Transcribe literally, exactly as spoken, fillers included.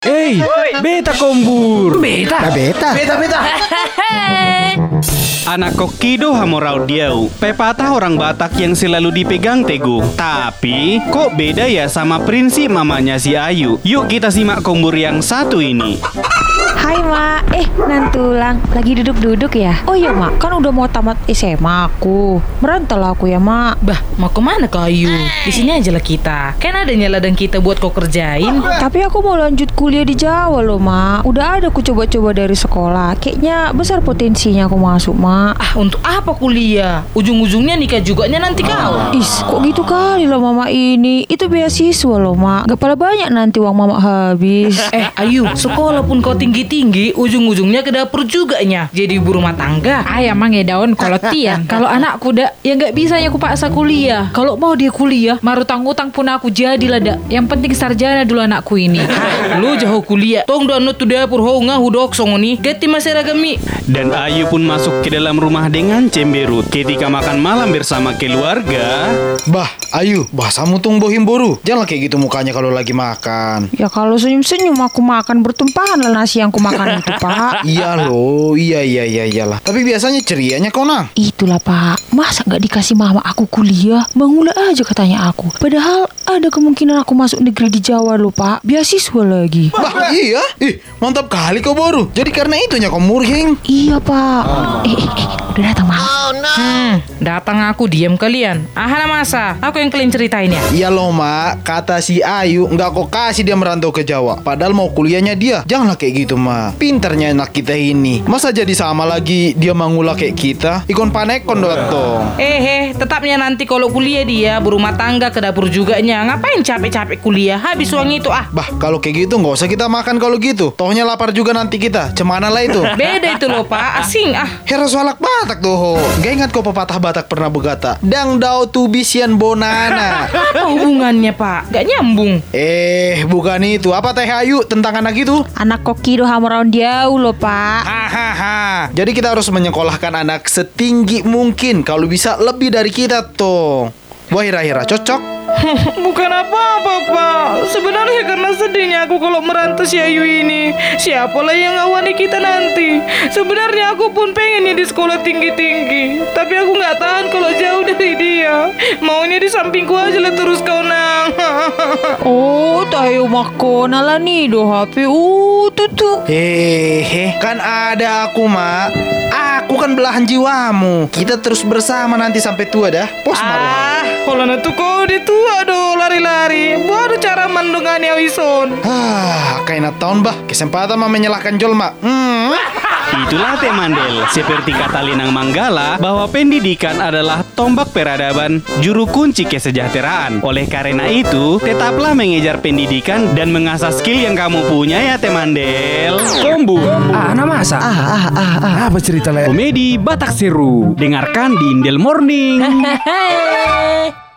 Hey, beta kombur. Beta? Beta? Beta, beta. Anak kokido hamorau diau. Pepatah orang Batak yang selalu dipegang teguh. Tapi, kok beda ya sama prinsip mamanya si Ayu? Yuk kita simak kombur yang satu ini. Hai Mak, eh Nantulang, lagi duduk-duduk ya? Oh iya Mak, kan udah mau tamat S M A aku. Merantau aku ya Mak. Bah, mau kemana kau Ayu? Di sini aja lah kita. Kan ada ladang kita buat kau kerjain. Tapi aku mau lanjut kuliah di Jawa loh Mak. Udah ada aku coba-coba dari sekolah. Kayaknya besar potensinya aku masuk Mak. Ah, untuk apa kuliah? Ujung-ujungnya nikah juganya nanti kau. Is, kok gitu kali loh Mama ini? Itu beasiswa loh Mak. Gak pala banyak nanti uang Mama habis. Eh Ayu, sekolah pun kau tinggi-tinggi, ujung-ujungnya ke dapur juga nya. Jadi ibu rumah tangga. Ayah mang ya daun kalau tiang. Kalau anakku dak, ya nggak bisa ya aku paksa kuliah. Kalau mau dia kuliah, marutang-utang pun aku jadilah dak. Yang penting sarjana dulu anakku ini. Ah, lu jauh kuliah. Tong do anu tu dapur ho ngahu dok songoni. Gati masyaragami. Dan Ayu pun masuk ke dalam rumah dengan cemberut. Ketika makan malam bersama keluarga. Bah, Ayu, bahasamu tung bohim boru. Jangan kayak gitu mukanya kalau lagi makan. Ya kalau senyum-senyum aku makan bertumpahan lah nasi yang aku makan itu Pak. Iya loh, iya iya iya iyalah. Tapi biasanya cerianya kau nang. Itulah Pak, masa gak dikasih mama aku kuliah? Mangula aja katanya aku. Padahal ada kemungkinan aku masuk negeri di Jawa loh Pak. Beasiswa lagi. Bah, iya. Ih, mantap kali kau boru. Jadi karena itunya kau murhing. Iya Pak. Eh, eh, eh, udah datang mama. Hmm, datang aku diam kalian. Ahana masa, aku yang kalian ceritain ya. Iya loh mak, kata si Ayu nggak kau kasih dia merantau ke Jawa. Padahal mau kuliahnya dia. Janganlah kayak gitu mak. Pinternya anak kita ini. Masa jadi sama lagi dia mangula kayak kita? Ikon panekon dong. Eh, eh, tetapnya nanti kalau kuliah dia berumah tangga ke dapur juga nya. Ngapain capek-capek kuliah? Habis uang itu ah. Bah, kalau kayak gitu nggak usah kita makan kalau gitu. Tohnya lapar juga nanti kita. Cemana lah itu. Beda itu loh Pak, asing ah. Hera soalak Batak doho. Gak ingat kau pepatah Batak pernah berkata, Dang dau tu bisian bonana. Apa hubungannya Pak? Gak nyambung. Eh, bukan itu. Apa teh Ayu tentang anak itu? Anak kokido hamaraun diau loh Pak. Hahaha. Jadi kita harus menyekolahkan anak setinggi mungkin. Kalau bisa lebih dari kita tuh. Wah, Hira-Hira cocok. Bukan apa-apa Pak. Sebenarnya karena sedihnya aku kalau merantau si Ayu ini. Siapalah yang ngawani kita nanti. Sebenarnya aku pun pengennya di sekolah tinggi-tinggi. Tapi aku gak tahan kalau jauh dari dia. Maunya di sampingku aja lah terus kau nang. Oh, tayo makona lah nih do H P. Uh, tutu. Hehe, kan ada aku mak. Aku kan belahan jiwamu. Kita terus bersama nanti sampai tua dah. Pos maruah. Ah, kalau nanti kau di tua do lari-lari. Baru cara mandungani awison. Ah, kayak tahun bah. Kesempatan mah menyalahkan jol mak. Hmm. Itulah Teh Mandel. Seperti kata Linang Manggala bahwa pendidikan adalah tombak peradaban, juru kunci kesejahteraan. Oleh karena itu, tetaplah mengejar pendidikan dan mengasah skill yang kamu punya ya Teh Mandel. Kombur. Ah, nama masa? Ah, ah, ah, ah. Apa cerita le? Komedi Batak Seru. Dengarkan di Indel Morning.